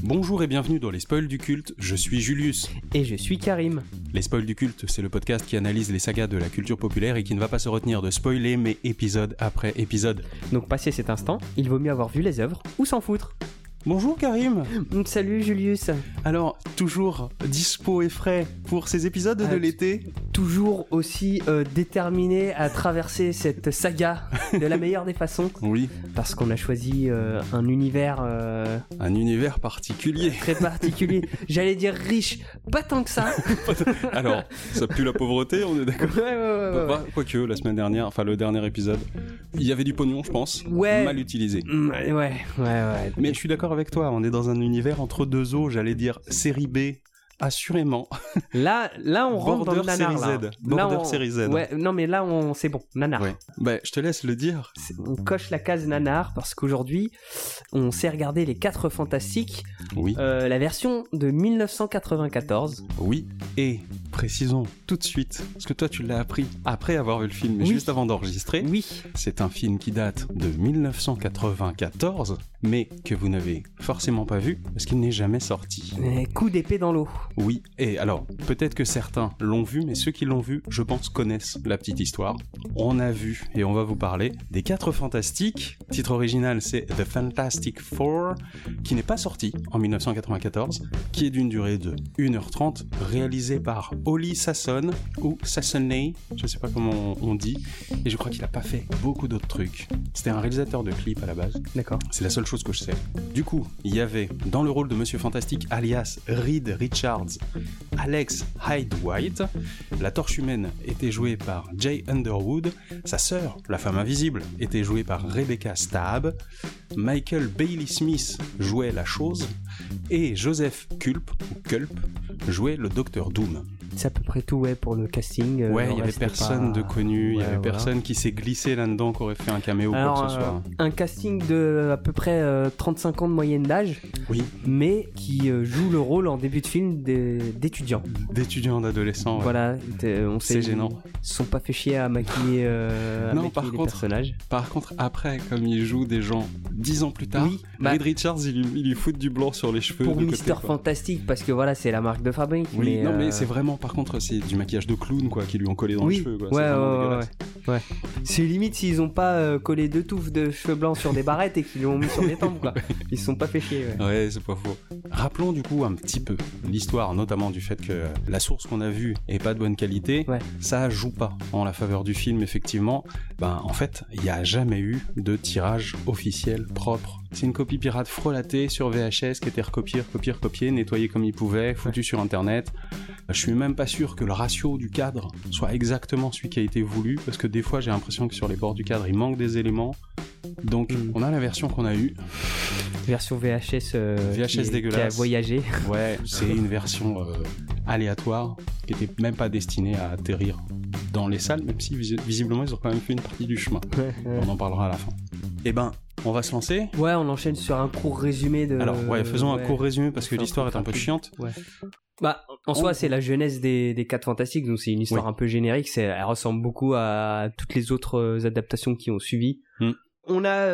Bonjour et bienvenue dans les spoils du culte, je suis Julius. Et je suis Karim. Les spoils du culte, c'est le podcast qui analyse les sagas de la culture populaire et qui ne va pas se retenir de spoiler, mais épisode après épisode. Donc passé cet instant, il vaut mieux avoir vu les œuvres ou s'en foutre. Bonjour Karim. Salut Julius. Alors, toujours dispo et frais pour ces épisodes de l'été. Toujours aussi déterminé à traverser cette saga de la meilleure des façons. Oui. Parce qu'on a choisi un univers... Un univers particulier. Très particulier. J'allais dire riche, pas tant que ça. Alors, ça pue la pauvreté, on est d'accord. Ouais. Quoique, la semaine dernière, enfin le dernier épisode, il y avait du pognon, je pense. Ouais. Mal utilisé. Ouais. Mais je suis d'accord avec toi, on est dans un univers entre deux eaux, j'allais dire série B, assurément. Là on rentre dans le nanar. Border série Z. Ouais, non mais là c'est bon, nanar. Ouais. Bah, je te laisse le dire. On coche la case nanar parce qu'aujourd'hui, on s'est regardé les 4 Fantastiques, Oui. La version de 1994. Oui, et précisons tout de suite, parce que toi tu l'as appris après avoir vu le film, mais Oui. juste avant d'enregistrer. Oui. C'est un film qui date de 1994, mais que vous n'avez forcément pas vu, parce qu'il n'est jamais sorti. Coup d'épée dans l'eau. Oui, et alors, peut-être que certains l'ont vu, mais ceux qui l'ont vu, je pense, connaissent la petite histoire. On a vu, et on va vous parler, des 4 Fantastiques. Le titre original, c'est The Fantastic Four, qui n'est pas sorti en 1994, qui est d'une durée de 1h30, réalisé par Ollie Sasson, ou Sassonay, je sais pas comment on dit, et je crois qu'il a pas fait beaucoup d'autres trucs. C'était un réalisateur de clips à la base. D'accord. C'est la seule chose que je sais. Du coup, il y avait, dans le rôle de Monsieur Fantastique, alias Reed Richards, Alex Hyde White. La Torche Humaine était jouée par Jay Underwood. Sa sœur, la Femme Invisible, était jouée par Rebecca Staab. Michael Bailey Smith jouait la Chose. Et Joseph Culp jouait le Docteur Doom. C'est à peu près tout, pour le casting. Ouais, il y avait reste personne pas... de connu, il y avait voilà. personne qui s'est glissé là-dedans, qui aurait fait un caméo ou Alors, quoi que ce soit. un casting de à peu près 35 ans de moyenne d'âge, Oui, mais qui joue le rôle en début de film d'étudiants. d'étudiants, d'adolescents. Ouais. Voilà, on sait, C'est gênant. Ils se sont pas fait chier à maquiller, Non, par les contre, personnages. Par contre, après, comme il joue des gens 10 ans plus tard, Oui, bah- Reed Richards, il lui fout du blanc sur les cheveux. Pour de Mister côté, quoi. Fantastique, parce que voilà, c'est la marque de fabrique. Oui, mais c'est vraiment, par contre, c'est du maquillage de clown, quoi, qui lui ont collé dans les cheveux, quoi. C'est vraiment dégueulasse. Ouais. C'est limite s'ils ont pas collé 2 touffes de cheveux blancs sur des barrettes et qu'ils l'ont mis sur des tempes, quoi. Ils se sont pas fait chier, Ouais, c'est pas faux. Rappelons du coup un petit peu l'histoire, notamment du fait que la source qu'on a vue est pas de bonne qualité. Ouais. Ça joue pas en la faveur du film, effectivement. En fait, il n'y a jamais eu de tirage officiel propre. C'est une copie pirate frelatée sur VHS qui était recopiée, nettoyée comme il pouvait, foutue sur internet. Je suis même pas sûr que le ratio du cadre soit exactement celui qui a été voulu, parce que des fois j'ai l'impression que sur les bords du cadre il manque des éléments. Donc on a la version qu'on a eue. Version VHS, VHS dégueulasse. qui a voyagé. Ouais, c'est une version aléatoire qui était même pas destinée à atterrir dans les salles, même si visiblement ils ont quand même fait une partie du chemin. On en parlera à la fin. On va se lancer. Ouais, on enchaîne sur un court résumé de... Alors, faisons un court résumé parce que l'histoire est un peu chiante. Ouais. En soi, c'est la jeunesse des 4 Fantastiques, donc c'est une histoire un peu générique. Elle ressemble beaucoup à toutes les autres adaptations qui ont suivi. On a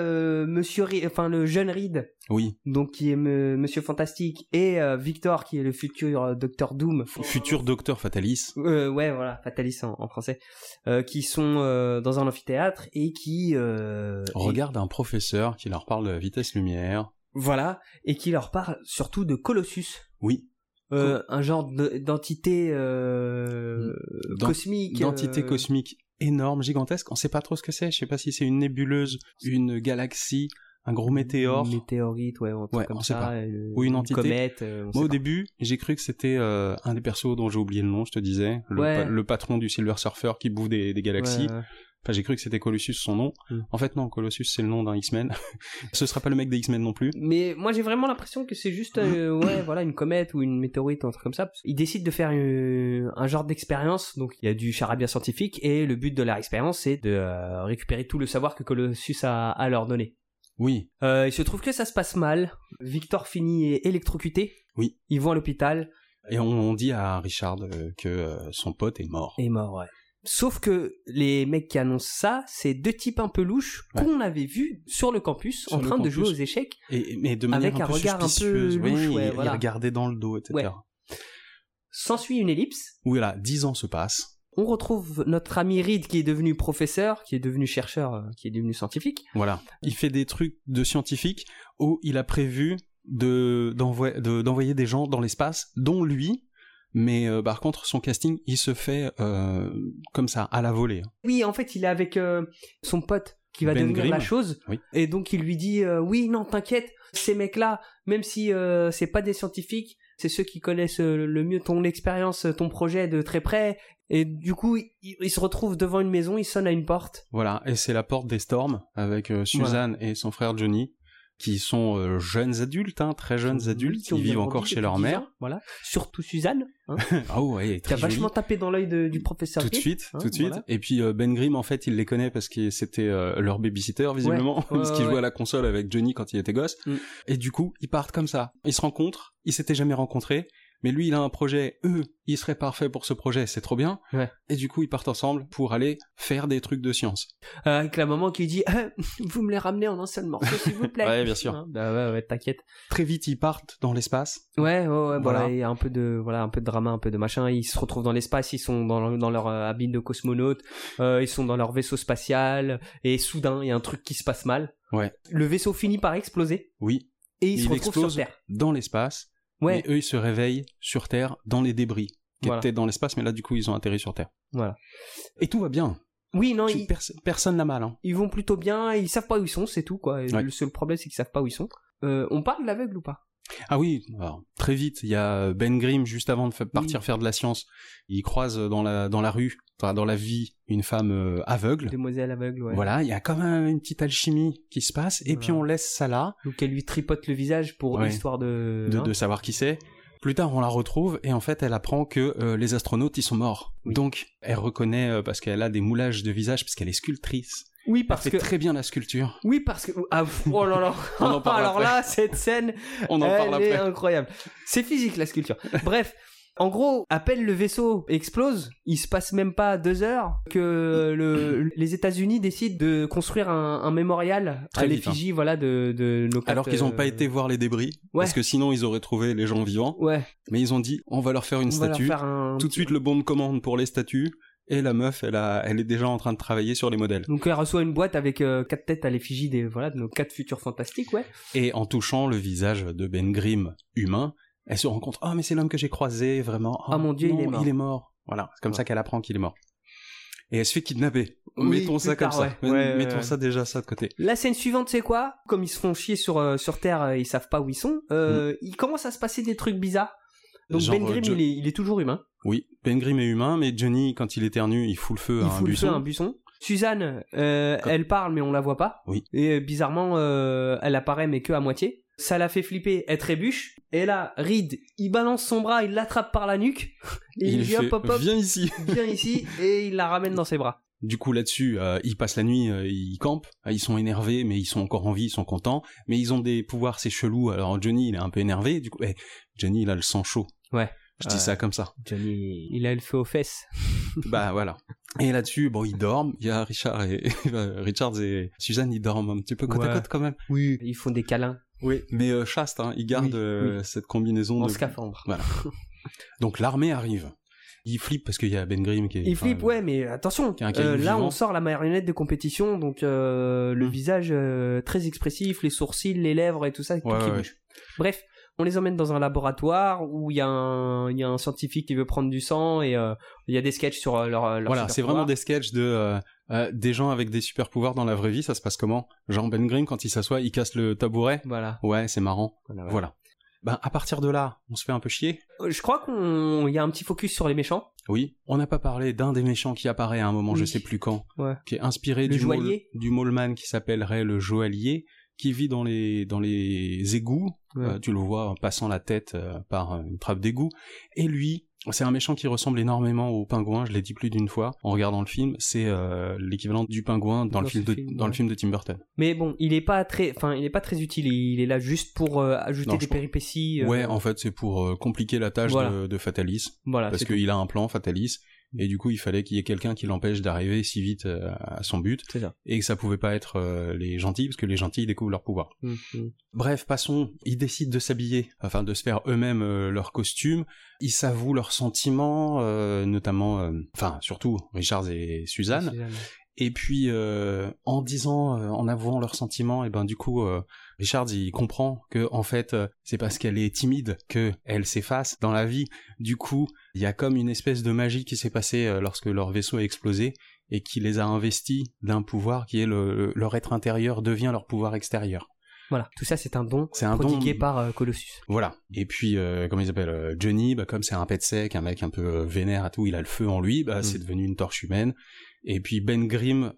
le jeune Reed, oui, donc qui est Monsieur Fantastique, et Victor qui est le futur Docteur Doom, futur Docteur Fatalis. Ouais, voilà, Fatalis en français, qui sont dans un amphithéâtre et qui regardent un professeur qui leur parle de la vitesse lumière. Voilà, et qui leur parle surtout de Colossus. Oui. Un genre d'entité cosmique. D'entité cosmique énorme, gigantesque. On sait pas trop ce que c'est. Je sais pas si c'est une nébuleuse, une galaxie, un gros météore. Une météorite, un truc comme ça. Pas. Ou une entité. Comète. Moi, au début, j'ai cru que c'était un des persos dont j'ai oublié le nom, je te disais. Le patron du Silver Surfer qui bouffe des galaxies. Ouais. Enfin, j'ai cru que c'était Colossus son nom. En fait, non, Colossus c'est le nom d'un X-Men. Ce sera pas le mec des X-Men non plus. Mais moi, j'ai vraiment l'impression que c'est juste, une comète ou une météorite, un truc comme ça. Ils décident de faire un genre d'expérience. Donc, il y a du charabia scientifique et le but de leur expérience, c'est de récupérer tout le savoir que Colossus a à leur donner. Oui. Il se trouve que ça se passe mal. Victor finit électrocuté. Oui. Ils vont à l'hôpital. Et on dit à Richard que son pote est mort. Est mort, ouais. Sauf que les mecs qui annoncent ça, c'est 2 types un peu louches qu'on avait vus sur le campus en train de jouer aux échecs. Mais de manière avec un peu regard un peu louche. Oui, Voilà. Ils regardaient dans le dos, etc. Ouais. S'ensuit une ellipse. Voilà, 10 ans se passent. On retrouve notre ami Reed qui est devenu professeur, qui est devenu chercheur, qui est devenu scientifique. Voilà. Il fait des trucs de scientifique où il a prévu d'envoyer des gens dans l'espace, dont lui. Mais par contre, son casting, il se fait comme ça, à la volée. Oui, en fait, il est avec son pote qui va Ben devenir Grimm. la chose. Oui. Et donc, il lui dit oui, non, t'inquiète, ces mecs-là, même si c'est pas des scientifiques, c'est ceux qui connaissent le mieux ton expérience, ton projet de très près. Et du coup, il se retrouve devant une maison, il sonne à une porte. Voilà, et c'est la porte des Storms, avec Suzanne et son frère Johnny, qui sont jeunes adultes, très jeunes adultes, qui vivent encore chez leur mère. Voilà. Surtout Suzanne. Hein, Ah ouais, qui a très vachement jolie. tapé dans l'œil du professeur. Tout de Grimm. suite, Hein, tout de suite. voilà. Et puis Ben Grimm, en fait, il les connaît parce que c'était leur babysitter, visiblement, parce qu'il jouait à la console avec Johnny quand il était gosse. Et du coup, ils partent comme ça. Ils se rencontrent, ils s'étaient jamais rencontrés, mais lui, il a un projet, eux, ils seraient parfaits pour ce projet, c'est trop bien. Ouais. Et du coup, ils partent ensemble pour aller faire des trucs de science. Avec la maman qui dit vous me les ramenez en un seul morceau, s'il vous plaît. Ouais, bien sûr. Hein, bah ouais, t'inquiète. Très vite, ils partent dans l'espace. Ouais, Voilà. voilà, il y a un peu de drama, un peu de machin. Ils se retrouvent dans l'espace, ils sont dans leur habit de cosmonaute, ils sont dans leur vaisseau spatial, et soudain, il y a un truc qui se passe mal. Ouais. Le vaisseau finit par exploser, Oui. et ils se Il retrouvent sur explose Terre. dans l'espace. Ouais, Mais eux, ils se réveillent sur Terre dans les débris qui Voilà. étaient dans l'espace, mais là, du coup, ils ont atterri sur Terre. voilà. Et tout va bien. Oui, non, Personne n'a mal. Hein. ils vont plutôt bien, ils savent pas où ils sont, c'est tout, quoi. Et Ouais. le seul problème, c'est qu'ils savent pas où ils sont. On parle de l'aveugle ou pas? Ah oui, alors, très vite, il y a Ben Grimm, juste avant de partir faire de la science, il croise dans la rue, enfin, dans la vie, une femme aveugle. Demoiselle aveugle, ouais. Voilà, il y a quand même une petite alchimie qui se passe, et Voilà. puis on laisse ça là, Donc elle lui tripote le visage pour Ouais. histoire de... de savoir qui c'est. Plus tard, on la retrouve, et en fait, elle apprend que les astronautes, ils sont morts. Oui. Donc, elle reconnaît, parce qu'elle a des moulages de visage, parce qu'elle est sculptrice. Oui, Elle parce fait que... très bien la sculpture. Oui, parce que... Ah, oh là là. On en parle Alors après. là, cette scène, On en parle elle est après. incroyable. C'est physique, la sculpture. Bref, en gros, à peine le vaisseau explose, il se passe même pas 2 heures que les États-Unis décident de construire un mémorial Très à vite, l'effigie, voilà, de nos quatre, Alors qu'ils n'ont pas été voir les débris, ouais. parce que sinon ils auraient trouvé les gens vivants. Ouais. Mais ils ont dit, on va leur faire une On va leur statue. faire un... Tout de suite le bon de commande pour les statues. Et la meuf, elle est déjà en train de travailler sur les modèles. Donc elle reçoit une boîte avec 4 têtes à l'effigie de nos 4 futurs fantastiques, ouais. Et en touchant le visage de Ben Grimm humain, elle se rend compte, oh mais c'est l'homme que j'ai croisé, vraiment. Oh, Ah, mon Dieu, non, il est mort. Il est mort. Voilà, c'est comme Ouais. ça qu'elle apprend qu'il est mort. Et elle se fait kidnapper. Oui, Mettons ça plus comme tard, ça. ouais. Ouais, Mettons ouais. ça déjà ça de côté. La scène suivante, c'est quoi? Comme ils se font chier sur Terre, ils savent pas où ils sont. Il commence à se passer des trucs bizarres. Donc Genre, Ben Grimm, il est toujours humain. Oui, Ben Grimm est humain, mais Johnny, quand il éternue, il fout le feu Il à un fout le feu buisson. à un buisson. Suzanne, elle parle mais on la voit pas. Oui. Et bizarrement, elle apparaît mais que à moitié. Ça la fait flipper, elle trébuche. Et là, Reed, il balance son bras, il l'attrape par la nuque. Et il dit fait, hop, viens ici. viens ici. Et il la ramène dans ses bras. Du coup, là-dessus, ils passent la nuit, ils campent, ils sont énervés, mais ils sont encore en vie, ils sont contents, mais ils ont des pouvoirs, c'est chelou. Alors Johnny, il est un peu énervé, du coup, Johnny, il a le sang chaud. Ouais. Je dis ça comme ça. Johnny, il a le feu aux fesses. Bah voilà. Et là-dessus, bon, ils dorment. Il y a Richard et Suzanne, ils dorment un petit peu côte à côte quand même. Oui. Ils font des câlins. Oui. Mais chaste, ils gardent Oui. cette combinaison En de scaphandre. Voilà. Donc l'armée arrive. Il flippe parce qu'il y a Ben Grimm qui est. Il flippe, ouais, mais attention. qui est un caillou Là, vivant. on sort la marionnette de compétition, donc le visage très expressif, les sourcils, les lèvres et tout ça, tout qui Ouais. bouge. Bref, on les emmène dans un laboratoire où il y a un scientifique qui veut prendre du sang et il y a des sketchs sur leur Voilà, c'est super vraiment pouvoir. des sketchs de des gens avec des super pouvoirs dans la vraie vie. Ça se passe comment? Genre Ben Grimm, quand il s'assoit, il casse le tabouret. Voilà. Ouais, c'est marrant. Voilà. Voilà. Ben, à partir de là, on se fait un peu chier. Je crois qu'il y a un petit focus sur les méchants. Oui. On n'a pas parlé d'un des méchants qui apparaît à un moment, Oui. je sais plus quand, Ouais. qui est inspiré Le du joaillier. du Mallman qui s'appellerait le Joaillier, qui vit dans les égouts. Ouais. Tu le vois passant la tête par une trappe d'égout. Et lui, c'est un méchant qui ressemble énormément au pingouin, je l'ai dit plus d'une fois en regardant le film, c'est l'équivalent du pingouin dans le film de Tim Burton. Mais bon, il est pas très utile. Il est là juste pour ajouter Non, des péripéties. Ouais, en fait, c'est pour compliquer la tâche Voilà. de Fatalis, Voilà. parce c'est tout. qu'il a un plan, Fatalis, et du coup il fallait qu'il y ait quelqu'un qui l'empêche d'arriver si vite à son but, C'est ça. et que ça pouvait pas être les gentils, parce que les gentils découvrent leur pouvoir. Bref, passons, ils décident de s'habiller, afin de se faire eux-mêmes leur costume, ils s'avouent leurs sentiments, notamment, surtout Richards et Suzanne. Et puis, en avouant leurs sentiments, et ben du coup, Richards il comprend que en fait, c'est parce qu'elle est timide que elle s'efface dans la vie. Du coup, il y a comme une espèce de magie qui s'est passée lorsque leur vaisseau a explosé et qui les a investis d'un pouvoir qui est leur être intérieur devient leur pouvoir extérieur. Voilà, tout ça c'est un don prodigué par Colossus. Voilà. Et puis, comment il s'appelle, Johnny, comme c'est un pet sec, un mec un peu vénère à tout, il a le feu en lui, c'est devenu une torche humaine. Et puis Ben Grimm,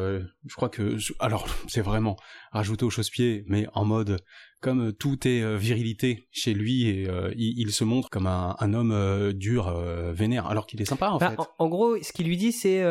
je crois que, alors c'est vraiment rajouté au chausse-pied, mais en mode comme tout est virilité chez lui et il se montre comme un homme dur, vénère, alors qu'il est sympa en fait. En gros, ce qu'il lui dit, c'est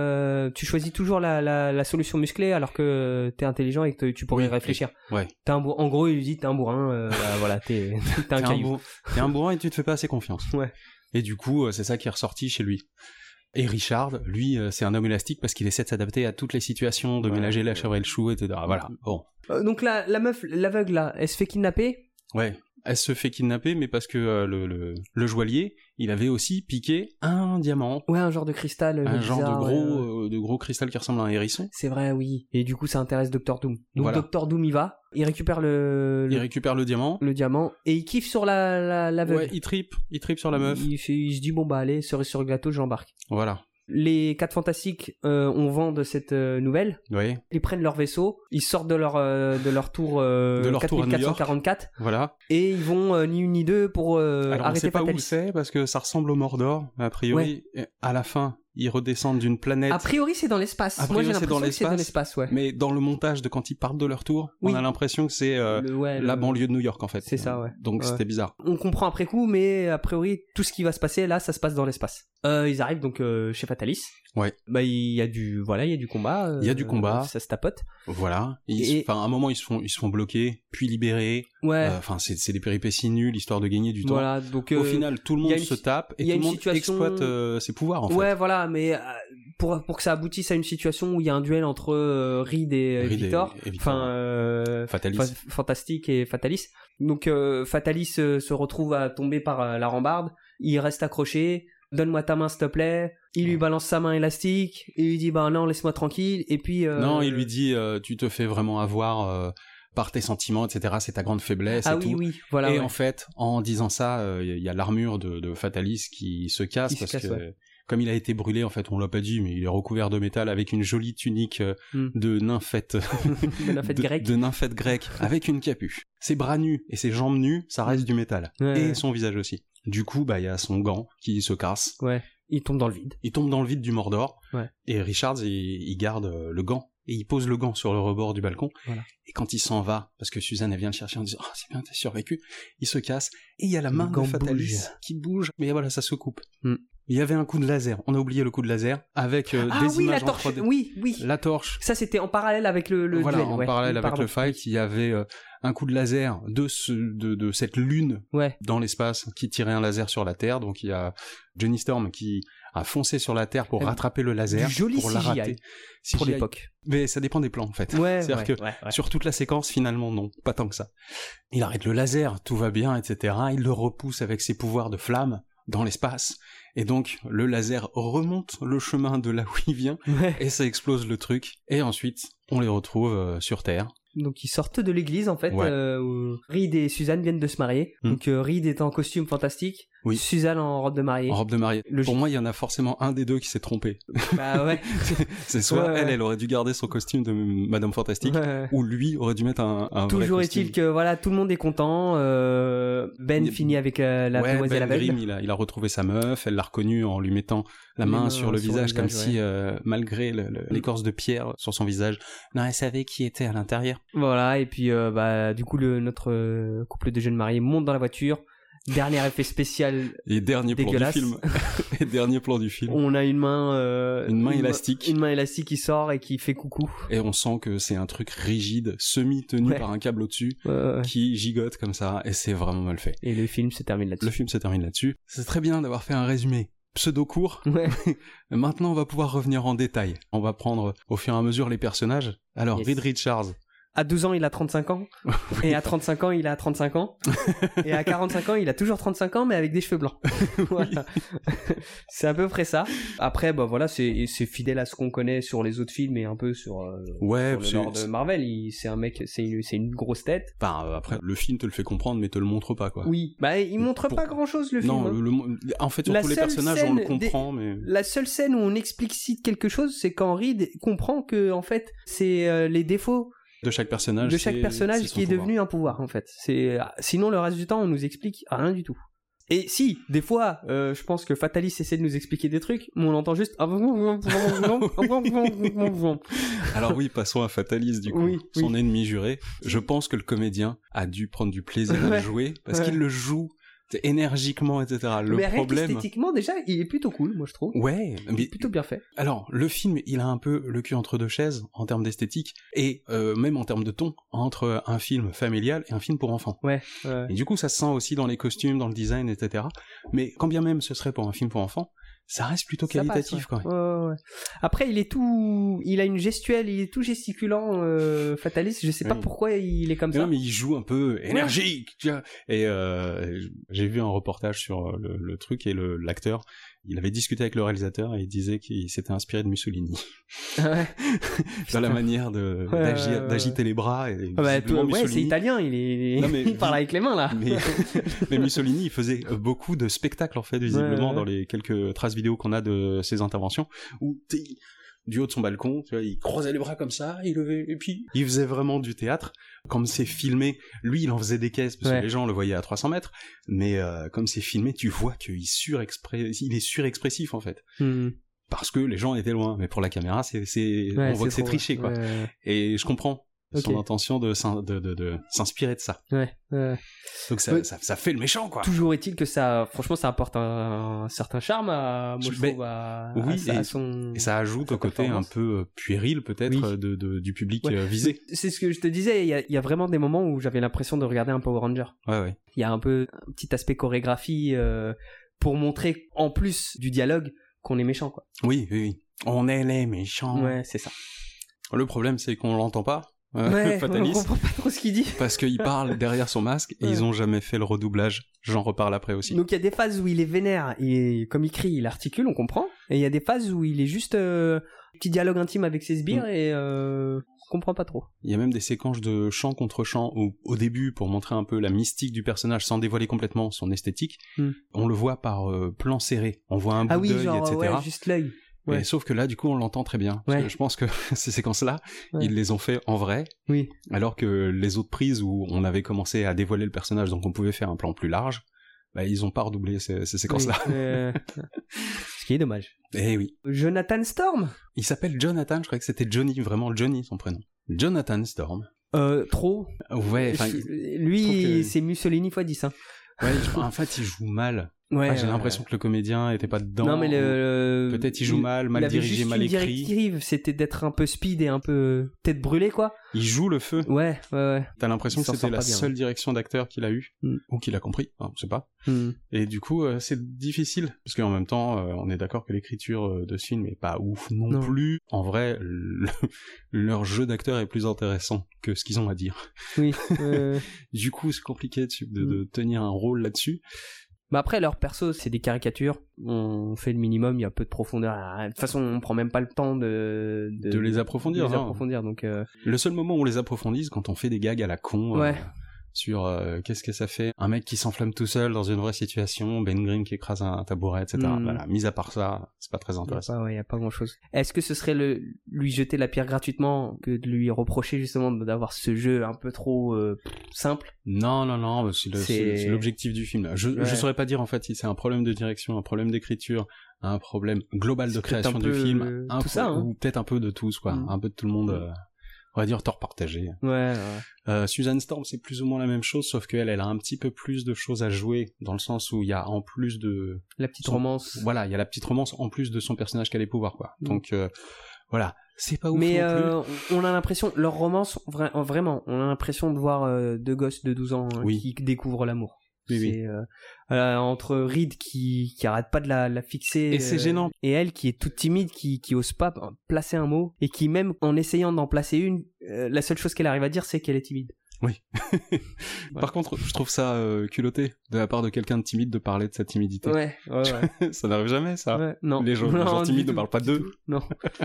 tu choisis toujours la solution musclée alors que t'es intelligent et que tu pourrais réfléchir. Ouais. En gros, il lui dit t'es un bourrin, voilà, t'es un caillou. T'es un bourrin et tu te fais pas assez confiance. Ouais. Et du coup, c'est ça qui est ressorti chez lui. Et Richard, lui, c'est un homme élastique parce qu'il essaie de s'adapter à toutes les situations, de mélanger la chèvre et le chou, etc. Voilà, bon. Donc la meuf, l'aveugle là, elle se fait kidnapper. Ouais, elle se fait kidnapper, mais parce que le joaillier, il avait aussi piqué un diamant. Ouais, un genre de cristal. Un genre bizarre, de gros cristal qui ressemble à un hérisson. C'est vrai, oui. Et du coup, ça intéresse Dr. Doom. Donc voilà. Dr. Doom y va, il récupère il récupère le diamant. Le diamant, et il kiffe sur l'aveugle. Ouais, il tripe sur la meuf. Il se dit, bon bah allez, cerise sur le gâteau, j'embarque. Voilà. Les 4 fantastiques ont vent de cette nouvelle. Oui. Ils prennent leur vaisseau, ils sortent de leur tour de leur 4444. Voilà. Et ils vont ni une ni deux pour alors, arrêter on sait pas Fatalis. où c'est parce que ça ressemble au Mordor, mais a priori, à la fin, ils redescendent d'une planète. A priori, c'est dans l'espace. Moi, j'ai l'impression que c'est dans l'espace, ouais. Mais dans le montage de quand ils partent de leur tour, on a l'impression que c'est la banlieue de New York, en fait. C'est ça, ouais. Donc c'était bizarre. On comprend après coup, mais a priori, tout ce qui va se passer là, ça se passe dans l'espace. Ils arrivent donc chez Fatalis. Ouais. Il y a du combat. Il y a du combat. Ça se tapote. Voilà. À un moment, ils se font bloquer, puis libérer. Ouais. C'est des péripéties nulles, histoire de gagner du temps. Voilà. Donc au final, tout le monde se tape et tout le monde exploite ses pouvoirs, en fait. Ouais, voilà. Mais pour que ça aboutisse à une situation où il y a un duel entre Reed et Victor. Fatalis. Fantastique et Fatalis. Donc Fatalis se retrouve à tomber par la rambarde. Il reste accroché. Donne-moi ta main s'il te plaît. Il lui balance sa main élastique. Il lui dit bah non, laisse-moi tranquille. Et puis non, il lui dit tu te fais vraiment avoir par tes sentiments, etc. C'est ta grande faiblesse et tout. Oui, voilà. Et en fait, en disant ça, il y a l'armure de Fatalis qui se casse parce que comme il a été brûlé, en fait, on l'a pas dit, mais il est recouvert de métal avec une jolie tunique de nymphette, de nymphette grecque avec une capuche. Ses bras nus et ses jambes nues, ça reste du métal. Et son visage aussi. Du coup, il y a son gant qui se casse. Ouais. Il tombe dans le vide. Il tombe dans le vide du Mordor. Ouais. Et Richards, il garde le gant. Et il pose le gant sur le rebord du balcon. Voilà. Et quand il s'en va, parce que Suzanne, elle vient le chercher en disant « Oh, c'est bien, t'as survécu », il se casse. Et il y a la main de Fatalis qui bouge. Mais voilà, ça se coupe. Il y avait un coup de laser. On a oublié le coup de laser avec des images la torche. en 3D. Oui. La torche. Ça, c'était en parallèle avec le voilà, duel. en parallèle avec le fight, il y avait un coup de laser de cette lune dans l'espace qui tirait un laser sur la Terre. Donc il y a Johnny Storm qui a foncé sur la Terre pour rattraper le laser, pour la rater. Pour l'époque. Mais ça dépend des plans en fait. C'est-à-dire que sur toute la séquence, finalement, non, pas tant que ça. Il arrête le laser, tout va bien, etc. Il le repousse avec ses pouvoirs de flamme dans l'espace. Et donc, le laser remonte le chemin de là où il vient, et ça explose le truc. Et ensuite, on les retrouve sur Terre. Donc ils sortent de l'église en fait, où Reed et Suzanne viennent de se marier. Donc Reed est en costume fantastique, Suzanne en robe de mariée. En robe de mariée. Pour moi, il y en a forcément un des deux qui s'est trompé. Bah ouais. C'est soit elle aurait dû garder son costume de Madame Fantastique, ou lui aurait dû mettre un Toujours vrai est-il que voilà, tout le monde est content. Ben finit avec la demoiselle aveugle. Grimm, il a retrouvé sa meuf, elle l'a reconnue en lui mettant la main sur le visage, comme si malgré l'écorce de pierre sur son visage, non, elle savait qui était à l'intérieur. Voilà, et puis du coup notre couple de jeunes mariés monte dans la voiture. Dernier effet spécial et dernier dégueulasse. plan du film. Et dernier plan du film. On a une main élastique. Une main élastique qui sort et qui fait coucou. Et on sent que c'est un truc rigide, semi-tenu par un câble au-dessus, qui gigote comme ça, et c'est vraiment mal fait. Et le film se termine là-dessus. C'est très bien d'avoir fait un résumé pseudo-court. Ouais. Maintenant, on va pouvoir revenir en détail. On va prendre au fur et à mesure les personnages. Alors, Yes. Reed Richards. À 12 ans, il a 35 ans. Et à 35 ans, il a 35 ans. Et à 45 ans, il a toujours 35 ans, mais avec des cheveux blancs. Voilà. C'est à peu près ça. Après, bah voilà, c'est fidèle à ce qu'on connaît sur les autres films et un peu sur le lore de Marvel. C'est un mec, c'est une grosse tête. Enfin, après, le film te le fait comprendre, mais te le montre pas, quoi. Oui. Bah, il montre pas grand chose, le film. Non, hein. En fait, sur tous les personnages, on le comprend, mais... La seule scène où on explicite quelque chose, c'est quand Reed comprend que, en fait, c'est les défauts de chaque personnage c'est qui est devenu un pouvoir, en fait. Sinon, le reste du temps, on nous explique rien du tout. Et si, des fois, je pense que Fatalis essaie de nous expliquer des trucs, mais on entend juste... Alors oui, passons à Fatalis, du coup. Son ennemi juré. Je pense que le comédien a dû prendre du plaisir à le jouer, parce qu'il le joue énergiquement, etc. Mais problème... esthétiquement, déjà, il est plutôt cool, moi, je trouve. Ouais. Il est plutôt bien fait. Alors, le film, il a un peu le cul entre deux chaises, en termes d'esthétique, et même en termes de ton, entre un film familial et un film pour enfants. Ouais. Et du coup, ça se sent aussi dans les costumes, dans le design, etc. Mais quand bien même ce serait pour un film pour enfants, ça reste plutôt qualitatif, passe, ouais. quand même. Ouais. Après, il a une gestuelle, il est tout gesticulant, Fatalis. Je sais pas pourquoi il est comme ça. Non, mais il joue un peu énergique, tu vois. Et j'ai vu un reportage sur le truc, et l'acteur, il avait discuté avec le réalisateur et il disait qu'il s'était inspiré de Mussolini. Ouais. Dans la manière d'agiter les bras. Et Mussolini... c'est italien, il parle avec les mains, là. Mais Mussolini, il faisait beaucoup de spectacles, en fait, visiblement, dans les quelques traces vidéo qu'on a de ses interventions, où du haut de son balcon, tu vois, il croisait les bras comme ça, il levait, et puis il faisait vraiment du théâtre. Comme c'est filmé, lui, il en faisait des caisses, parce que les gens le voyaient à 300 mètres, mais comme c'est filmé, tu vois qu'il est surexpressif, en fait. Parce que les gens étaient loin, mais pour la caméra, on voit que c'est triché, quoi. Et je comprends son intention de s'inspirer de ça. Donc ça fait le méchant, quoi. Toujours est-il que ça, franchement, ça apporte un certain charme à son... Et ça ajoute au côté un peu puéril, peut-être, du public visé. C'est ce que je te disais, il y a vraiment des moments où j'avais l'impression de regarder un Power Ranger. Ouais. Il y a un petit aspect chorégraphie pour montrer, en plus du dialogue, qu'on est méchant, quoi. Oui. On est les méchants. Ouais, c'est ça. Le problème, c'est qu'on l'entend pas. Fatalis, on comprend pas trop ce qu'il dit. Parce qu'il parle derrière son masque et ils ont jamais fait le redoublage. J'en reparle après aussi. Donc il y a des phases où il est vénère et comme il crie, il articule, on comprend. Et il y a des phases où il est juste petit dialogue intime avec ses sbires et on comprend pas trop. Il y a même des séquences de chant contre chant où, au début, pour montrer un peu la mystique du personnage sans dévoiler complètement son esthétique, on le voit par plan serré. On voit un bout d'œil, etc. Ouais, juste l'œil. Ouais. Sauf que là, du coup, on l'entend très bien. Parce que je pense que ces séquences-là, ils les ont fait en vrai. Oui. Alors que les autres prises où on avait commencé à dévoiler le personnage, donc on pouvait faire un plan plus large, ils ont pas redoublé ces séquences-là. Ce qui est dommage. Eh oui. Jonathan Storm. Il s'appelle Jonathan, je croyais que c'était Johnny, vraiment Johnny son prénom. Jonathan Storm. Trop. Ouais. Lui, c'est Mussolini x10. Hein. Ouais, en fait, il joue mal. Ouais, j'ai l'impression que le comédien était pas dedans. Non, mais peut-être il joue mal dirigé, mal écrit. La directive, c'était d'être un peu speed et un peu tête brûlée, quoi. Il joue le feu. Ouais. T'as l'impression que c'était la seule direction d'acteur qu'il a eue, ou qu'il a compris, on sait pas. Et du coup, c'est difficile, parce qu'en même temps, on est d'accord que l'écriture de ce film est pas ouf non plus. En vrai, leur jeu d'acteur est plus intéressant que ce qu'ils ont à dire. Oui. Du coup, c'est compliqué de tenir un rôle là-dessus. Bah après, leurs persos, c'est des caricatures. On fait le minimum, il y a peu de profondeur. De toute façon, on prend même pas le temps de les approfondir. Donc, le seul moment où on les approfondit, c'est quand on fait des gags à la con. Sur qu'est-ce que ça fait un mec qui s'enflamme tout seul dans une vraie situation, Ben Green qui écrase un tabouret, etc. Voilà, mis à part ça, c'est pas très intéressant. Il y a pas grand chose. Est-ce que ce serait lui jeter la pierre gratuitement que de lui reprocher justement d'avoir ce jeu un peu trop simple? Non, c'est l'objectif du film. Je saurais pas dire en fait si c'est un problème de direction, un problème d'écriture, un problème global de création du film, ou peut-être un peu de tous, quoi, un peu de tout le monde. On va dire tort partagé. Susan Storm, c'est plus ou moins la même chose, sauf qu'elle a un petit peu plus de choses à jouer, dans le sens où il y a en plus de... La petite romance. Voilà, il y a la petite romance en plus de son personnage qu'elle a les pouvoirs, quoi. Donc, voilà. C'est pas ouf mais non plus. On a l'impression, leur romance, vraiment, on a l'impression de voir deux gosses de 12 ans qui découvrent l'amour. Oui. Entre Reed qui arrête pas de la fixer. Et c'est gênant. Et elle qui est toute timide, qui ose pas placer un mot, et qui même en essayant d'en placer une, la seule chose qu'elle arrive à dire, c'est qu'elle est timide. Oui. Par contre, je trouve ça culotté de la part de quelqu'un de timide de parler de sa timidité. Ouais. Ça n'arrive jamais, ça. Ouais, non. Les gens timides ne parlent pas d'eux. Non.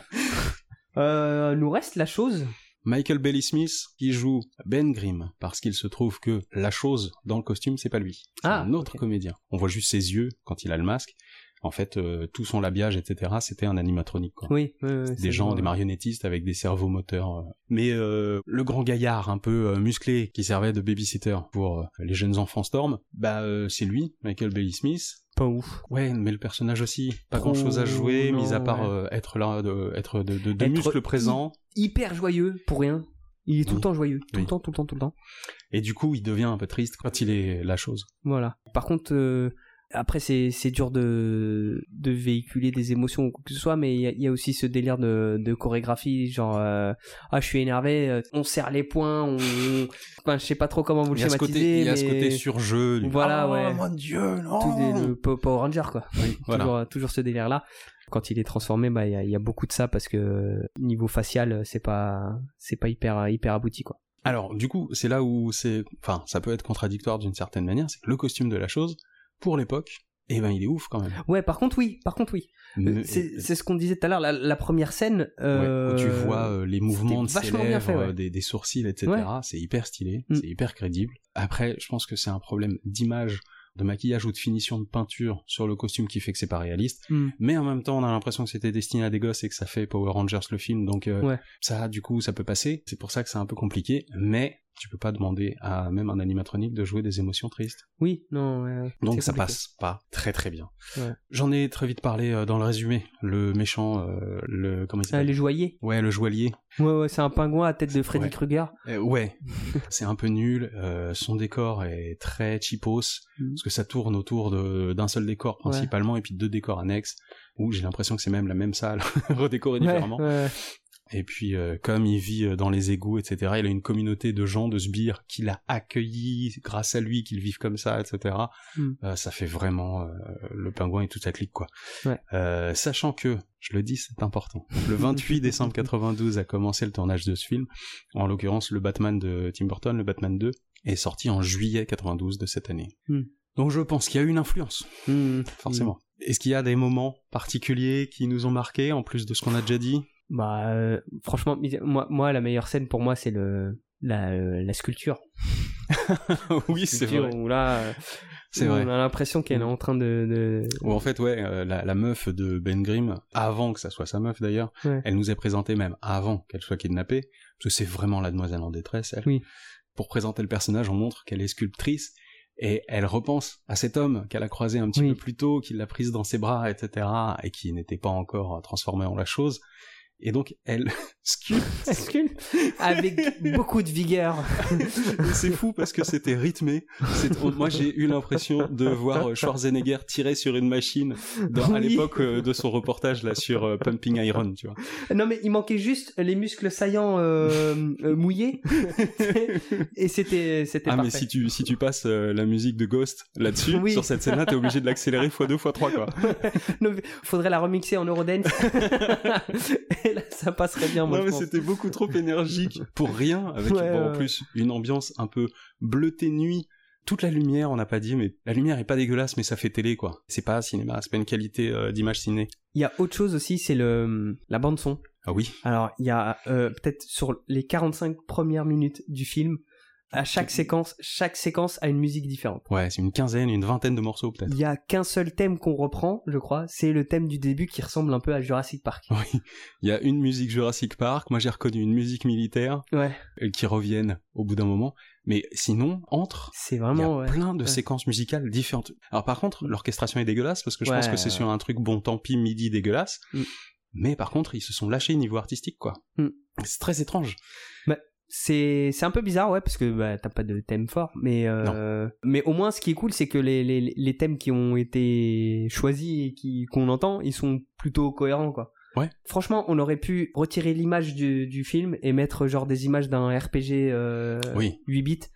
Nous reste la chose. Michael Bailey Smith qui joue Ben Grimm parce qu'il se trouve que la chose dans le costume, c'est pas lui. C'est un autre comédien. On voit juste ses yeux quand il a le masque. En fait, tout son habillage, etc., c'était un animatronique, quoi. Oui, des gens, des marionnettistes avec des cerveaux moteurs. Mais le grand gaillard un peu musclé qui servait de babysitter pour les jeunes enfants Storm, c'est lui, Michael Bailey Smith. Pas ouf. Ouais, mais le personnage aussi, pas grand chose à jouer, mis à part être là, être de muscles présents. Hyper joyeux pour rien. Il est tout le temps joyeux, tout le temps. Et du coup, il devient un peu triste quand il est la chose. Voilà. Par contre, après c'est dur de véhiculer des émotions ou quoi que ce soit, mais il y a aussi ce délire de chorégraphie, genre je suis énervé, on serre les poings, enfin je sais pas trop comment vous le schématisez. Il y a ce côté surjeu. Voilà, ouais. Mon Dieu, non. Le Power Ranger, quoi. Oui, voilà. toujours ce délire là. Quand il est transformé, il y a beaucoup de ça parce que niveau facial, c'est pas hyper abouti, quoi. Alors, du coup, c'est là où ça peut être contradictoire d'une certaine manière, c'est que le costume de la chose, pour l'époque, il est ouf quand même. Ouais, par contre, oui. C'est ce qu'on disait tout à l'heure, la première scène. Où tu vois les mouvements de ses lèvres, des sourcils, etc. Ouais. C'est hyper stylé, c'est hyper crédible. Après, je pense que c'est un problème d'image, de maquillage ou de finition de peinture sur le costume qui fait que c'est pas réaliste. Mais en même temps, on a l'impression que c'était destiné à des gosses et que ça fait Power Rangers le film, donc ça, du coup, ça peut passer. C'est pour ça que c'est un peu compliqué, mais tu peux pas demander à même un animatronique de jouer des émotions tristes. Oui, non. Donc ça passe pas très très bien. Ouais. J'en ai très vite parlé dans le résumé. Le méchant, comment il s'appelle ? Les joailliers. Ouais, le joaillier. Ouais, c'est un pingouin à tête de Freddy Krueger. Ouais, c'est un peu nul. Son décor est très cheapos, parce que ça tourne autour d'un seul décor principalement, et puis 2 décors annexes, où j'ai l'impression que c'est même la même salle, redécorée différemment. Ouais. Et puis, comme il vit dans les égouts, etc., il a une communauté de gens, de sbires, qui l'a accueilli grâce à lui, qu'ils vivent comme ça, etc. Ça fait vraiment le pingouin et toute sa clique, quoi. Ouais. Sachant que, je le dis, c'est important, le 28 décembre 92 a commencé le tournage de ce film. En l'occurrence, le Batman de Tim Burton, le Batman 2, est sorti en juillet 92 de cette année. Donc je pense qu'il y a eu une influence, forcément. Est-ce qu'il y a des moments particuliers qui nous ont marqués, en plus de ce qu'on a déjà dit ? Franchement, moi la meilleure scène pour moi c'est la sculpture. Oui, c'est vrai. Où là, c'est vrai. On a l'impression qu'elle est en train de... Ou en fait, la meuf de Ben Grimm, avant que ça soit sa meuf d'ailleurs, elle nous est présentée même avant qu'elle soit kidnappée, parce que c'est vraiment la demoiselle en détresse, elle. Oui. Pour présenter le personnage, on montre qu'elle est sculptrice, et elle repense à cet homme qu'elle a croisé un petit peu plus tôt, qui l'a prise dans ses bras, etc., et qui n'était pas encore transformé en la chose. Et donc, elle sculpte avec beaucoup de vigueur. C'est fou parce que c'était rythmé. Moi, j'ai eu l'impression de voir Schwarzenegger tirer sur une machine à l'époque de son reportage là sur Pumping Iron, tu vois. Non, mais il manquait juste les muscles saillants mouillés. Et c'était parfait. Mais si tu passes la musique de Ghost là-dessus, sur cette scène-là, t'es obligé de l'accélérer x2, x3, quoi. Non, faudrait la remixer en Eurodance. Et là, ça passerait bien, moi. Non, mais c'était beaucoup trop énergique pour rien, avec en plus une ambiance un peu bleutée nuit. Toute la lumière, on n'a pas dit, mais la lumière est pas dégueulasse, mais ça fait télé, quoi. C'est pas cinéma, c'est pas une qualité d'image ciné. Il y a autre chose aussi, c'est la bande son. Ah oui. Alors, il y a peut-être sur les 45 premières minutes du film, à chaque séquence a une musique différente. Ouais, c'est une vingtaine de morceaux peut-être. Il y a qu'un seul thème qu'on reprend, je crois, c'est le thème du début qui ressemble un peu à Jurassic Park. Oui, il y a une musique Jurassic Park, moi j'ai reconnu une musique militaire, qui reviennent au bout d'un moment, mais sinon, c'est vraiment, il y a plein de séquences musicales différentes. Alors par contre, l'orchestration est dégueulasse, parce que je pense que c'est sur un truc bon tant pis midi dégueulasse, mais par contre, ils se sont lâchés niveau artistique, quoi. C'est très étrange. C'est un peu bizarre, parce que t'as pas de thème fort, mais au moins ce qui est cool, c'est que les thèmes qui ont été choisis et qu'on entend, ils sont plutôt cohérents, quoi. Ouais. Franchement, on aurait pu retirer l'image du film et mettre genre des images d'un RPG 8 bits.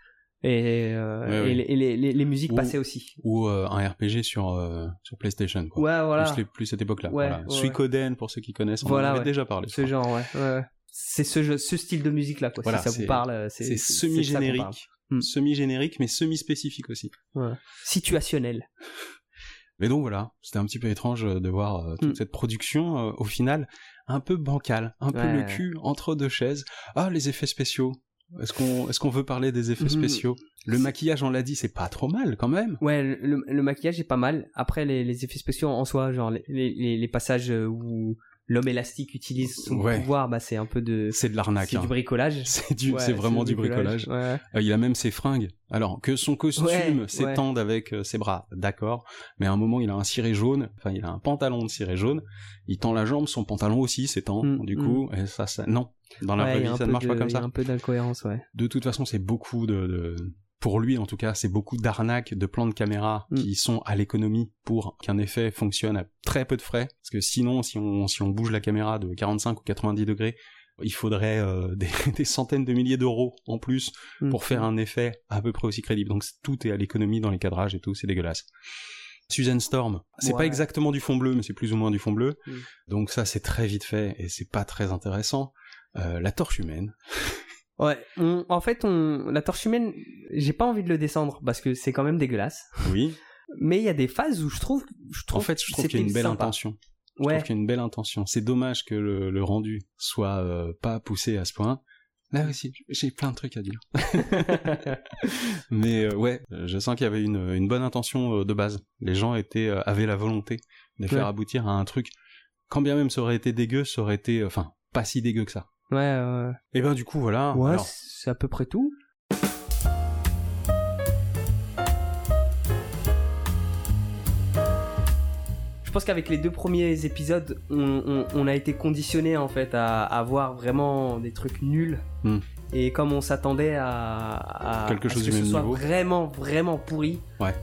les musiques passaient aussi. Ou un RPG sur PlayStation, quoi. Ouais, voilà. Plus cette époque-là. Ouais, voilà. ouais. Suikoden, pour ceux qui connaissent, on en avait déjà parlé. Ce genre, ouais. C'est ce style de musique-là, quoi. Voilà, si ça vous parle, c'est semi-générique. Semi-générique, mais semi-spécifique aussi. Ouais. Situationnel. Mais donc voilà, c'était un petit peu étrange de voir toute cette production, au final, un peu bancale, un peu le cul entre deux chaises. Ah, les effets spéciaux. Est-ce qu'on veut parler des effets spéciaux? Le maquillage, on l'a dit, c'est pas trop mal quand même. Ouais, le maquillage est pas mal. Après, les effets spéciaux en soi, genre les passages où l'homme élastique utilise son pouvoir, bah c'est un peu c'est de l'arnaque. C'est du bricolage. C'est vraiment du bricolage. Ouais. Il a même ses fringues. Alors que son costume s'étende avec ses bras, d'accord. Mais à un moment, il a un ciré jaune. Enfin, il a un pantalon de ciré jaune. Il tend la jambe, son pantalon aussi s'étend. Du coup, et ça, non. Dans la vraie vie, ça ne marche pas comme ça. Il y a un peu d'incohérence, ouais. De toute façon, c'est beaucoup pour lui, en tout cas, c'est beaucoup d'arnaques de plans de caméra qui sont à l'économie pour qu'un effet fonctionne à très peu de frais. Parce que sinon, si on bouge la caméra de 45 ou 90 degrés, il faudrait des centaines de milliers d'euros en plus pour faire un effet à peu près aussi crédible. Donc tout est à l'économie dans les cadrages et tout, c'est dégueulasse. Susan Storm, c'est pas exactement du fond bleu, mais c'est plus ou moins du fond bleu. Donc ça, c'est très vite fait et c'est pas très intéressant. La torche humaine... Ouais, en fait, la torche humaine, j'ai pas envie de le descendre parce que c'est quand même dégueulasse. Oui. Mais il y a des phases où je trouve qu'il y a une belle intention. Je trouve qu'il y a une belle intention. C'est dommage que le rendu soit pas poussé à ce point. Là aussi, j'ai plein de trucs à dire. Mais je sens qu'il y avait une bonne intention de base. Les gens avaient la volonté de faire aboutir à un truc. Quand bien même ça aurait été dégueu, ça aurait été, pas si dégueu que ça. Ouais. Et ben du coup voilà. Ouais, alors... c'est à peu près tout. Je pense qu'avec les 2 premiers épisodes, on a été conditionné en fait à voir vraiment des trucs nuls. Et comme on s'attendait à quelque chose à ce du que même ce soit niveau, vraiment pourri. Ouais.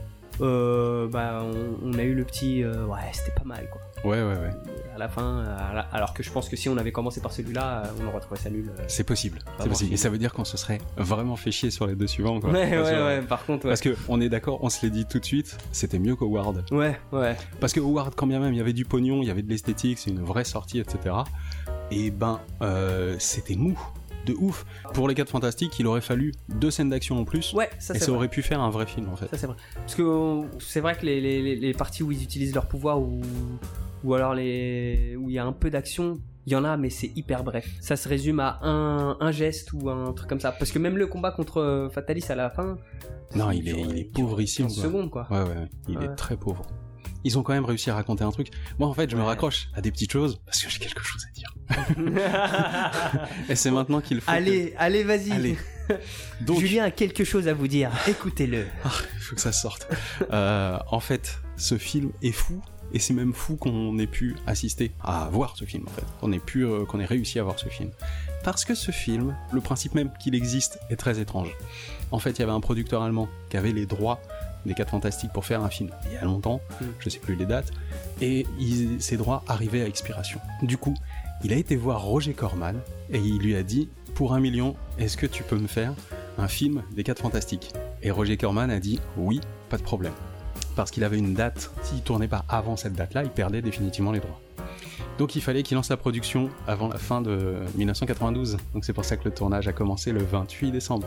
On a eu le petit c'était pas mal quoi. Ouais. À la fin, alors que je pense que si on avait commencé par celui-là, on aurait trouvé ça nul. C'est possible. Et ça veut dire qu'on se serait vraiment fait chier sur les 2 suivants, quoi. Ouais, par contre, Parce que, on est d'accord, on se l'est dit tout de suite, c'était mieux qu'Howard. Ouais. Parce que Howard, quand bien même, il y avait du pognon, il y avait de l'esthétique, c'est une vraie sortie, etc. Et c'était mou. De ouf. Pour les 4 Fantastiques, il aurait fallu 2 scènes d'action en plus. Ouais, ça c'est et ça aurait pu faire un vrai film en fait. Ça c'est vrai. Parce que c'est vrai que les parties où ils utilisent leur pouvoir ou alors où il y a un peu d'action, il y en a mais c'est hyper bref. Ça se résume à un geste ou un truc comme ça. Parce que même le combat contre Fatalis à la fin. Non, il est pauvrissime. 15 secondes quoi. Ouais. Il est très pauvre. Ils ont quand même réussi à raconter un truc. Moi, en fait, je me raccroche à des petites choses parce que j'ai quelque chose à dire. Et c'est maintenant qu'il faut. Allez, vas-y. Allez. Donc... Julien a quelque chose à vous dire. Écoutez-le. Il faut que ça sorte. En fait, ce film est fou. Et c'est même fou qu'on ait pu assister à voir ce film, en fait. Qu'on ait réussi à voir ce film. Parce que ce film, le principe même qu'il existe est très étrange. En fait, il y avait un producteur allemand qui avait les droits des 4 Fantastiques pour faire un film il y a longtemps, je sais plus les dates, et ces droits arrivaient à expiration. Du coup, il a été voir Roger Corman et il lui a dit « Pour 1 million, est-ce que tu peux me faire un film des 4 Fantastiques ?» Et Roger Corman a dit « Oui, pas de problème. » Parce qu'il avait une date, s'il tournait pas avant cette date-là, il perdait définitivement les droits. Donc il fallait qu'il lance la production avant la fin de 1992. Donc c'est pour ça que le tournage a commencé le 28 décembre.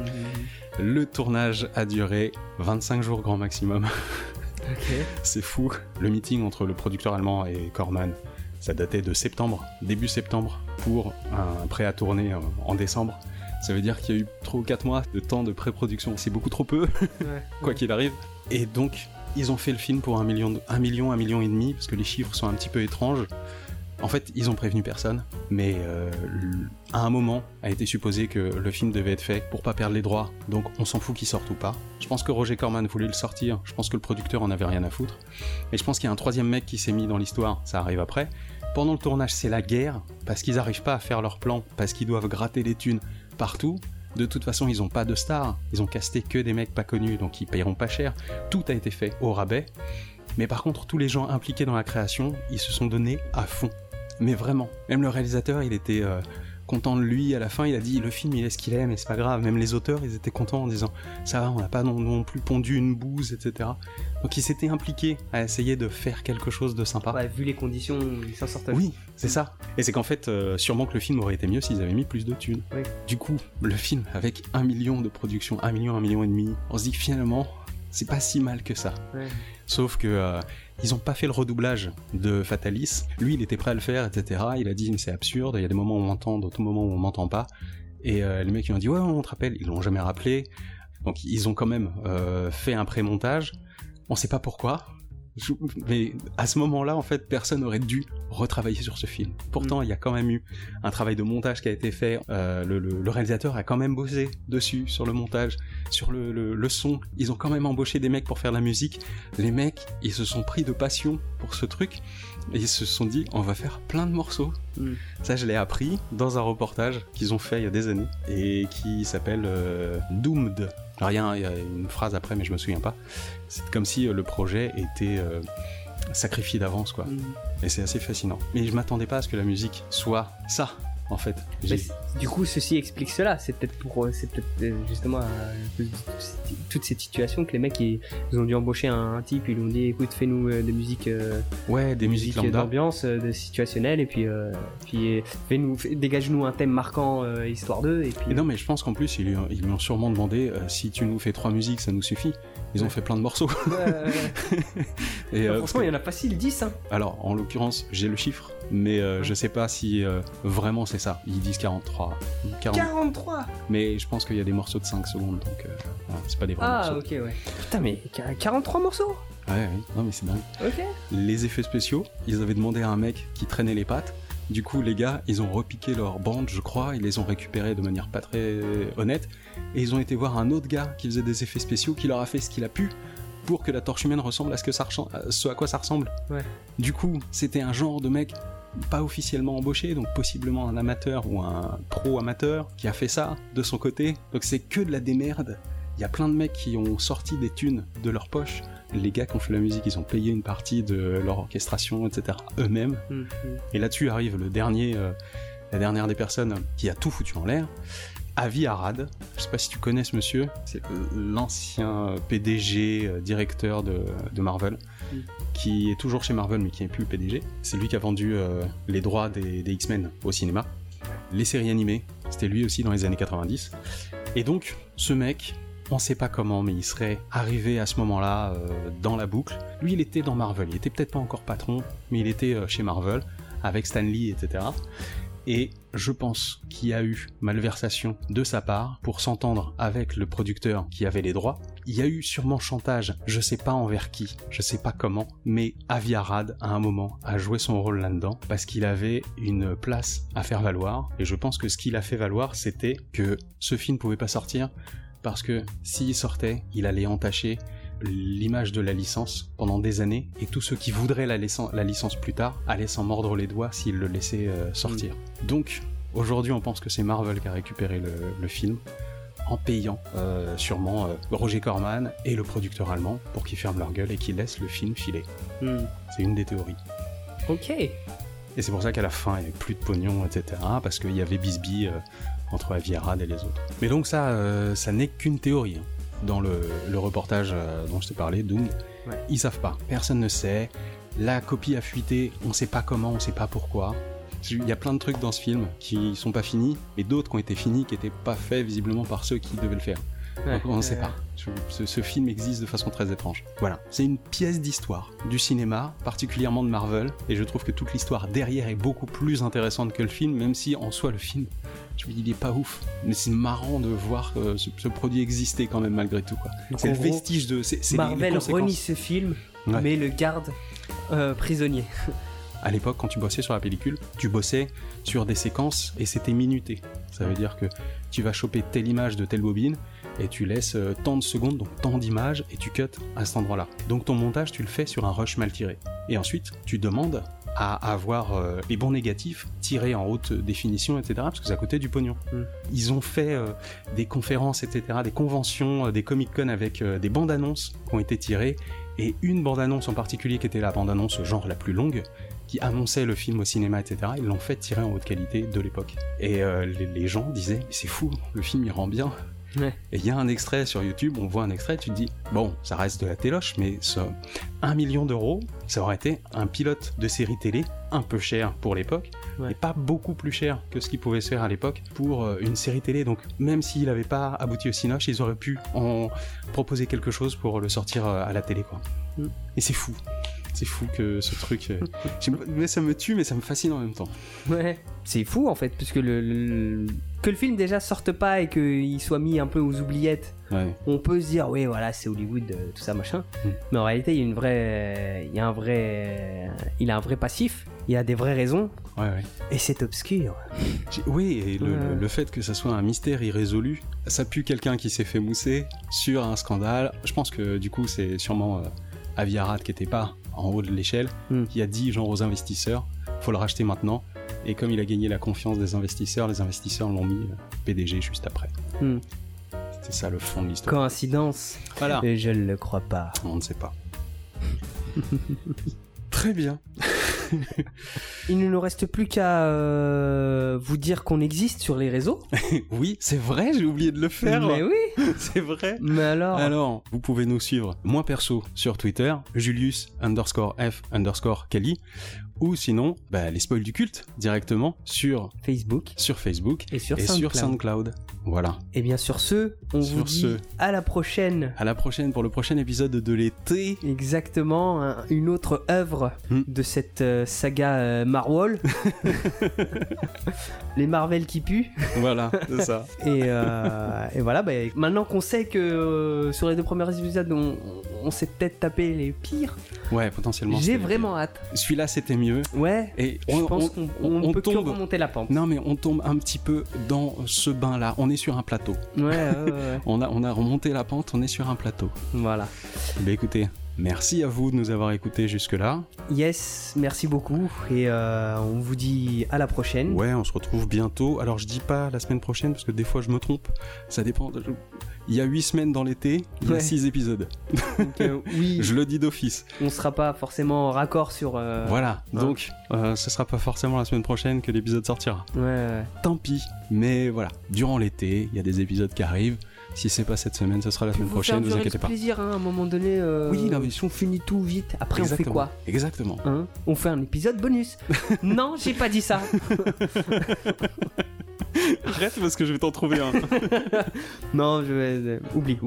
Le tournage a duré 25 jours grand maximum. Okay. C'est fou. Le meeting entre le producteur allemand et Corman, ça datait de septembre, début septembre, pour un prêt à tourner en décembre. Ça veut dire qu'il y a eu 3 ou 4 mois de temps de pré-production. C'est beaucoup trop peu, quoi qu'il arrive. Et donc, ils ont fait le film pour 1 million, 1,5 million, parce que les chiffres sont un petit peu étranges. En fait, ils ont prévenu personne, mais à un moment a été supposé que le film devait être fait pour pas perdre les droits, donc on s'en fout qu'il sorte ou pas. Je pense que Roger Corman voulait le sortir, je pense que le producteur en avait rien à foutre, et je pense qu'il y a un 3e mec qui s'est mis dans l'histoire, ça arrive après. Pendant le tournage, c'est la guerre, parce qu'ils arrivent pas à faire leur plan, parce qu'ils doivent gratter les thunes partout. De toute façon, ils ont pas de stars, ils ont casté que des mecs pas connus, donc ils payeront pas cher. Tout a été fait au rabais, mais par contre, tous les gens impliqués dans la création, ils se sont donnés à fond. Mais vraiment, même le réalisateur, il était content de lui. À la fin, il a dit le film il est ce qu'il est, mais c'est pas grave. Même les auteurs, ils étaient contents en disant ça va, on n'a pas non plus pondu une bouse, etc. Donc ils s'étaient impliqués à essayer de faire quelque chose de sympa. Ouais, vu les conditions, ils s'en sortent. Oui, c'est ça. Et c'est qu'en fait, sûrement que le film aurait été mieux s'ils avaient mis plus de thunes. Oui. Du coup, le film avec 1 million de production, 1 million et demi, on se dit que finalement, c'est pas si mal que ça. Ouais. Sauf que ils ont pas fait le redoublage de Fatalis. Lui, il était prêt à le faire, etc. Il a dit c'est absurde, il y a des moments où on m'entend, d'autres moments où on m'entend pas. Et les mecs ils ont dit ouais, on te rappelle. Ils l'ont jamais rappelé. Donc ils ont quand même fait un pré-montage. On sait pas pourquoi. Mais à ce moment-là, en fait, personne n'aurait dû retravailler sur ce film. Pourtant, il y a quand même eu un travail de montage qui a été fait. Le réalisateur a quand même bossé dessus, sur le montage, sur le son. Ils ont quand même embauché des mecs pour faire la musique. Les mecs, ils se sont pris de passion pour ce truc. Et ils se sont dit, on va faire plein de morceaux. Ça, je l'ai appris dans un reportage qu'ils ont fait il y a des années. Et qui s'appelle Doomed. Alors il y a une phrase après, mais je me souviens pas. C'est comme si le projet était sacrifié d'avance, quoi. Et c'est assez fascinant. Mais je m'attendais pas à ce que la musique soit ça, en fait. Du coup, ceci explique cela. C'est peut-être justement toutes ces situations que les mecs ils ont dû embaucher un type. Ils lui ont dit écoute, fais-nous des musiques. Des musiques lambda. D'ambiance, situationnelles, et puis dégage-nous un thème marquant, histoire d'eux. Et puis. Et non, mais je pense qu'en plus ils lui ont sûrement demandé si tu nous fais 3 musiques, ça nous suffit. Ils ont fait plein de morceaux. Et franchement, il y en a facile 10. Hein. Alors, en l'occurrence, j'ai le chiffre, mais je sais pas si vraiment c'est ça. Ils disent 43. 43 Mais je pense qu'il y a des morceaux de 5 secondes, donc c'est pas des vrais morceaux. Ah, ok, ouais. Putain, mais 43 morceaux. Ouais, oui. Non, mais c'est dingue. Ok. Les effets spéciaux, ils avaient demandé à un mec qui traînait les pattes. Du coup, les gars, ils ont repiqué leur bande, je crois, ils les ont récupérés de manière pas très honnête, et ils ont été voir un autre gars qui faisait des effets spéciaux, qui leur a fait ce qu'il a pu pour que la torche humaine ressemble à ce à quoi ça ressemble. Ouais. Du coup, c'était un genre de mec pas officiellement embauché, donc possiblement un amateur ou un pro-amateur qui a fait ça de son côté. Donc c'est que de la démerde. Il y a plein de mecs qui ont sorti des thunes de leur poche. Les gars qui ont fait la musique, ils ont payé une partie de leur orchestration, etc. eux-mêmes. Et là-dessus arrive la dernière des personnes qui a tout foutu en l'air. Avi Arad, je sais pas si tu connais ce monsieur, c'est l'ancien PDG, directeur de Marvel, qui est toujours chez Marvel mais qui n'est plus le PDG. C'est lui qui a vendu les droits des X-Men au cinéma. Les séries animées, c'était lui aussi dans les années 90. Et donc, ce mec, on sait pas comment, mais il serait arrivé à ce moment-là dans la boucle. Lui, il était dans Marvel, il était peut-être pas encore patron, mais il était chez Marvel, avec Stan Lee, etc. Et je pense qu'il y a eu malversation de sa part pour s'entendre avec le producteur qui avait les droits. Il y a eu sûrement chantage, je sais pas envers qui, je sais pas comment, mais Avi Arad, à un moment, a joué son rôle là-dedans parce qu'il avait une place à faire valoir. Et je pense que ce qu'il a fait valoir, c'était que ce film pouvait pas sortir parce que s'il sortait, il allait entacher l'image de la licence pendant des années, et tous ceux qui voudraient la licence plus tard allaient s'en mordre les doigts s'ils le laissaient sortir. Donc, aujourd'hui, on pense que c'est Marvel qui a récupéré le film, en payant sûrement Roger Corman et le producteur allemand pour qu'ils ferment leur gueule et qu'ils laissent le film filer. C'est une des théories. Ok. Et c'est pour ça qu'à la fin, il n'y avait plus de pognon, etc., parce qu'il y avait bisbille entre Avi Arad et les autres. Mais donc ça n'est qu'une théorie. Dans le reportage dont je t'ai parlé, Doom, ils savent pas, personne ne sait, la copie a fuité, on sait pas comment, on sait pas pourquoi. Il y a plein de trucs dans ce film qui sont pas finis, et d'autres qui ont été finis, qui étaient pas faits visiblement par ceux qui devaient le faire. Donc on ne sait pas. Ce film existe de façon très étrange. Voilà, c'est une pièce d'histoire du cinéma, particulièrement de Marvel, et je trouve que toute l'histoire derrière est beaucoup plus intéressante que le film, même si en soi le film, il est pas ouf. Mais c'est marrant de voir ce produit exister quand même malgré tout, quoi. C'est le vestige de... c'est Marvel renie ce film, mais le garde prisonnier. À l'époque, quand tu bossais sur la pellicule, tu bossais sur des séquences et c'était minuté. Ça veut dire que tu vas choper telle image de telle bobine et tu laisses tant de secondes, donc tant d'images, et tu cuts à cet endroit-là. Donc ton montage, tu le fais sur un rush mal tiré. Et ensuite, tu demandes à avoir les bons négatifs tirés en haute définition, etc., parce que ça coûtait du pognon. Ils ont fait des conférences, etc., des conventions, des Comic-Con avec des bandes-annonces qui ont été tirées, et une bande-annonce en particulier qui était la bande-annonce genre la plus longue, qui annonçait le film au cinéma, etc., ils l'ont fait tirer en haute qualité de l'époque. Et les gens disaient, c'est fou, le film il rend bien. Ouais. Et il y a un extrait sur YouTube, on voit un extrait, tu te dis, bon, ça reste de la téloche, mais 1 million d'euros, ça aurait été un pilote de série télé un peu cher pour l'époque, Ouais. et pas beaucoup plus cher que ce qui pouvait se faire à l'époque pour une série télé. Donc même s'il n'avait pas abouti au cinoche, ils auraient pu en proposer quelque chose pour le sortir à la télé, quoi. Et c'est fou. C'est fou que ce truc... mais ça me tue, mais ça me fascine en même temps. Ouais. C'est fou en fait, puisque que le film déjà sorte pas et qu'il soit mis un peu aux oubliettes. Ouais. On peut se dire, oui, voilà, c'est Hollywood, tout ça, machin. Mais en réalité, il a un vrai passif, il y a des vraies raisons, Ouais. et c'est obscur. Oui, et Ouais. le fait que ça soit un mystère irrésolu, ça pue quelqu'un qui s'est fait mousser sur un scandale. Je pense que du coup, c'est sûrement Avi Arad qui était pas en haut de l'échelle, qui a dit genre aux investisseurs, faut le racheter maintenant. Et comme il a gagné la confiance des investisseurs, les investisseurs l'ont mis PDG juste après. C'était ça le fond de l'histoire. Coïncidence? Voilà. Et je ne le crois pas. On ne sait pas. Très bien. Il ne nous reste plus qu'à vous dire qu'on existe sur les réseaux. Oui, c'est vrai, j'ai oublié de le faire. Mais oui. C'est vrai. Mais alors vous pouvez nous suivre, moi perso, sur Twitter, Julius_F_Kelly, ou sinon, les spoils du culte, directement, sur Facebook Facebook et sur et SoundCloud. sur SoundCloud. Voilà. Et bien sur ce, on Sur vous dit ce. à la prochaine. À la prochaine pour le prochain épisode de l'été. Exactement, une autre œuvre de cette saga Marvel. Les Marvel qui puent. Voilà, c'est ça. Et voilà, maintenant qu'on sait que sur les 2 premiers épisodes, on s'est peut-être tapé les pires, Ouais, potentiellement. j'ai c'était- vraiment hâte. Celui-là, c'était mieux. Ouais, Et je pense qu'on peut que tombe. remonter la pente. Non, mais on tombe un petit peu dans ce bain-là. On est sur un plateau. Ouais. On a remonté la pente, on est sur un plateau. Voilà. Écoutez, merci à vous de nous avoir écoutés jusque-là. Yes, merci beaucoup. Et on vous dit à la prochaine. Ouais, on se retrouve bientôt. Alors, je dis pas la semaine prochaine parce que des fois je me trompe. Ça dépend. Il y a 8 semaines dans l'été, il y a Ouais. 6 épisodes. Donc, oui, Je le dis d'office. on sera pas forcément raccord sur. Voilà, donc ce sera pas forcément la semaine prochaine que l'épisode sortira. Ouais. Tant pis, mais voilà, durant l'été, il y a des épisodes qui arrivent. Si c'est pas cette semaine, ce sera la semaine prochaine, vous inquiétez pas. plaisir, hein, à un moment donné. Oui, non, mais- si on finit tout vite, après on fait quoi? Exactement. Hein, on fait un épisode bonus. Non, j'ai pas dit ça. Arrête parce que je vais t'en trouver un. Non, je vais. Oublie.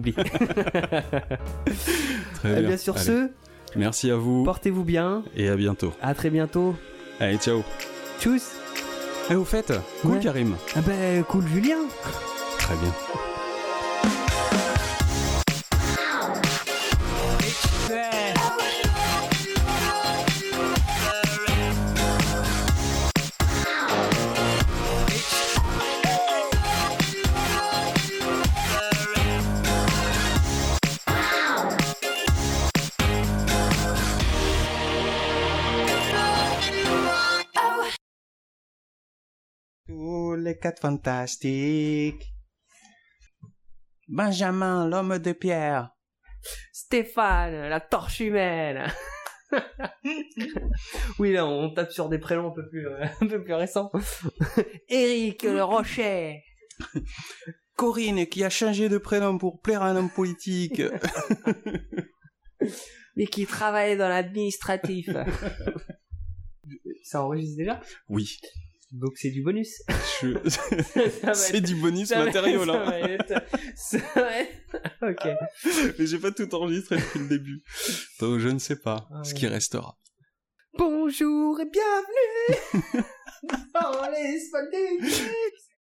Très Eh bien. bien, sur Allez. ce, Merci à vous portez-vous bien. et à bientôt. À très bientôt. Allez, ciao. Tchuss. Et au fait, cool Ouais. Karim. Ah ben, cool Julien. Très bien. Tous les 4 fantastiques. Benjamin, l'homme de pierre. Stéphane, la torche humaine. Oui, là, on tape sur des prénoms un peu plus récents. Eric le Rocher. Corinne qui a changé de prénom pour plaire à un homme politique. Mais qui travaille dans l'administratif. Ça enregistre déjà? Oui. Donc c'est du bonus. Je- Ça va C'est être- du bonus ça va- matériau ça là. va être- ça va être- Ok. Mais j'ai pas tout enregistré depuis le début. Donc je ne sais pas ce qui restera. Bonjour et bienvenue dans les Spalding.